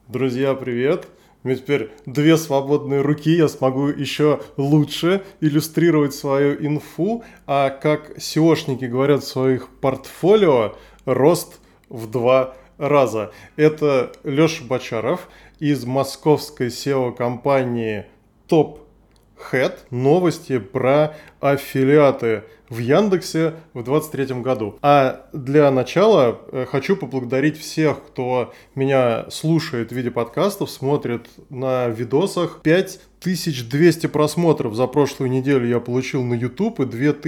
Друзья, привет! У меня теперь две свободные руки, я смогу еще лучше иллюстрировать свою инфу, а как SEOшники говорят в своих портфолио, рост в 2 раза. Это Леша Бочаров из московской SEO-компании Top Head. Новости про аффилиаты в Яндексе в 2023 году. А для начала хочу поблагодарить всех, кто меня слушает в виде подкастов, смотрит на видосах. 5200 просмотров за прошлую неделю я получил на YouTube и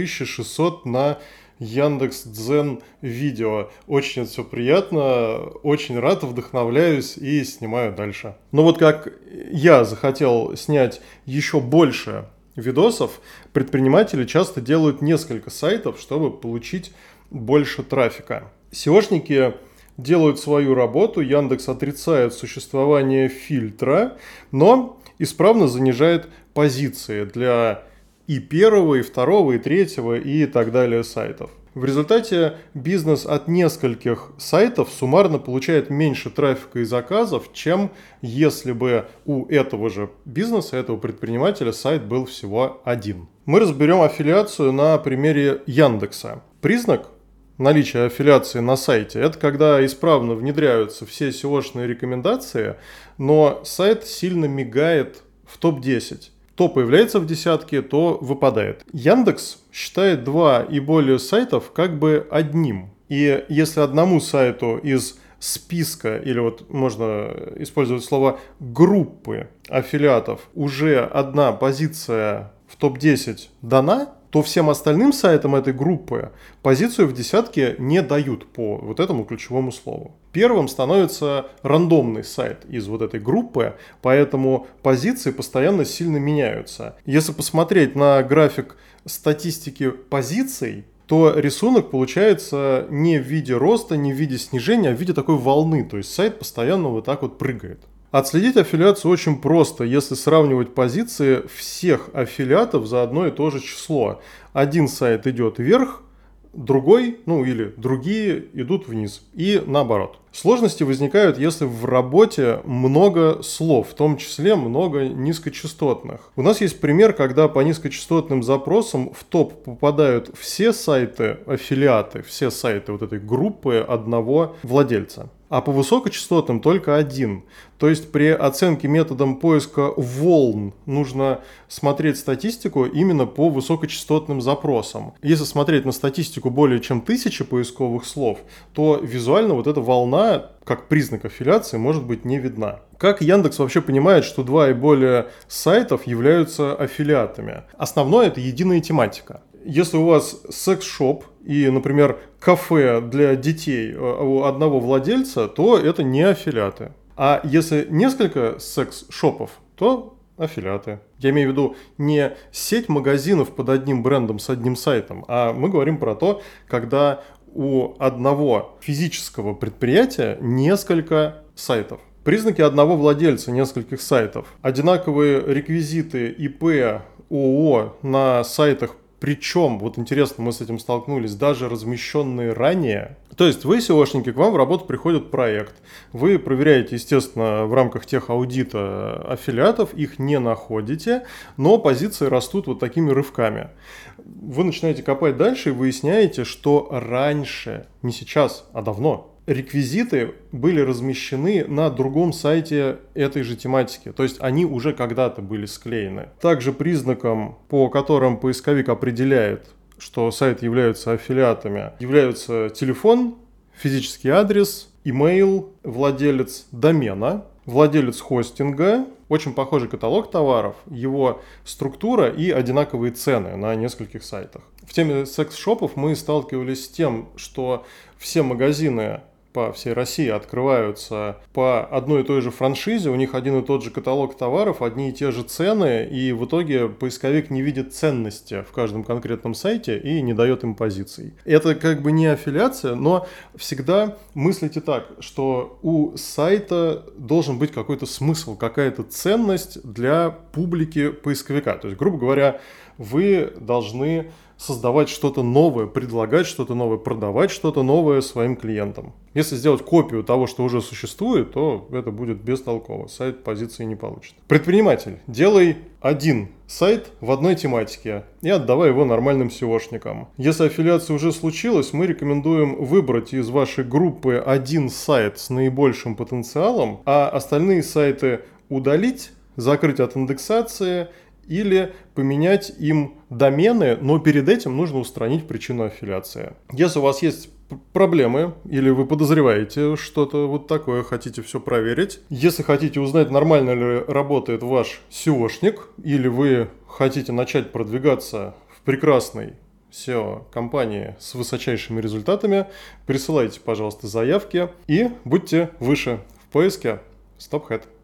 2600 на Яндекс.Дзен видео. Очень это все приятно, очень рад, вдохновляюсь и снимаю дальше. Но вот как я захотел снять еще больше видосов, предприниматели часто делают несколько сайтов, чтобы получить больше трафика. SEOшники делают свою работу, Яндекс отрицает существование фильтра, но исправно занижает позиции для и первого, и второго, и третьего, и так далее сайтов. В результате бизнес от нескольких сайтов суммарно получает меньше трафика и заказов, чем если бы у этого же бизнеса, этого предпринимателя сайт был всего один. Мы разберем аффилиацию на примере Яндекса. Признак наличия аффилиации на сайте – это когда исправно внедряются все SEO-шные рекомендации, но сайт сильно мигает в топ-10. То появляется в десятке, то выпадает. Яндекс считает 2 и более сайтов как бы одним. И если одному сайту из списка, или вот можно использовать слово группы аффилиатов, уже одна позиция в топ-10 дана, то всем остальным сайтам этой группы позицию в десятке не дают по вот этому ключевому слову. Первым становится рандомный сайт из вот этой группы, поэтому позиции постоянно сильно меняются. Если посмотреть на график статистики позиций, то рисунок получается не в виде роста, не в виде снижения, а в виде такой волны, то есть сайт постоянно вот так вот прыгает. Отследить аффилиацию очень просто, если сравнивать позиции всех аффилиатов за одно и то же число. Один сайт идет вверх, другой, или другие идут вниз и наоборот. Сложности возникают, если в работе много слов, в том числе много низкочастотных. У нас есть пример, когда по низкочастотным запросам в топ попадают все сайты аффилиаты, все сайты вот этой группы одного владельца. А по высокочастотным только один. То есть при оценке методом поиска волн нужно смотреть статистику именно по высокочастотным запросам. Если смотреть на статистику более чем 1000 поисковых слов, то визуально вот эта волна, как признак аффилиации, может быть не видна. Как Яндекс вообще понимает, что 2 и более сайтов являются аффилиатами? Основное – это единая тематика. Если у вас секс-шоп и, например, кафе для детей у одного владельца, то это не аффилиаты. А если несколько секс-шопов, то аффилиаты. Я имею в виду не сеть магазинов под одним брендом с одним сайтом, а мы говорим про то, когда у одного физического предприятия несколько сайтов. Признаки одного владельца нескольких сайтов. Одинаковые реквизиты ИП, ООО на сайтах. Причем, вот интересно, мы с этим столкнулись, даже размещенные ранее. То есть вы, SEOшники, к вам в работу приходит проект. Вы проверяете, естественно, в рамках техаудита аффилиатов, их не находите, но позиции растут вот такими рывками. Вы начинаете копать дальше и выясняете, что раньше, не сейчас, а давно, реквизиты были размещены на другом сайте этой же тематики. То есть они уже когда-то были склеены. Также признаком, по которым поисковик определяет, что сайт является аффилиатами, являются телефон, физический адрес, имейл, владелец домена, владелец хостинга, очень похожий каталог товаров, его структура и одинаковые цены на нескольких сайтах. В теме секс-шопов мы сталкивались с тем, что все магазины по всей России открываются по одной и той же франшизе, у них один и тот же каталог товаров, одни и те же цены, и в итоге поисковик не видит ценности в каждом конкретном сайте и не дает им позиций. Это как бы не аффилиация, но всегда мыслите так, что у сайта должен быть какой-то смысл, какая-то ценность для публики поисковика. То есть, грубо говоря, вы должны создавать что-то новое, предлагать что-то новое, продавать что-то новое своим клиентам. Если сделать копию того, что уже существует, то это будет бестолково. Сайт позиции не получит. Предприниматель, делай один сайт в одной тематике и отдавай его нормальным SEOшникам. Если аффилиация уже случилась, мы рекомендуем выбрать из вашей группы один сайт с наибольшим потенциалом, а остальные сайты удалить, закрыть от индексации или поменять им домены, но перед этим нужно устранить причину аффилиации. Если у вас есть проблемы или вы подозреваете что-то вот такое, хотите все проверить, если хотите узнать, нормально ли работает ваш SEOшник, или вы хотите начать продвигаться в прекрасной SEO-компании с высочайшими результатами, присылайте, пожалуйста, заявки и будьте выше в поиске StopHead.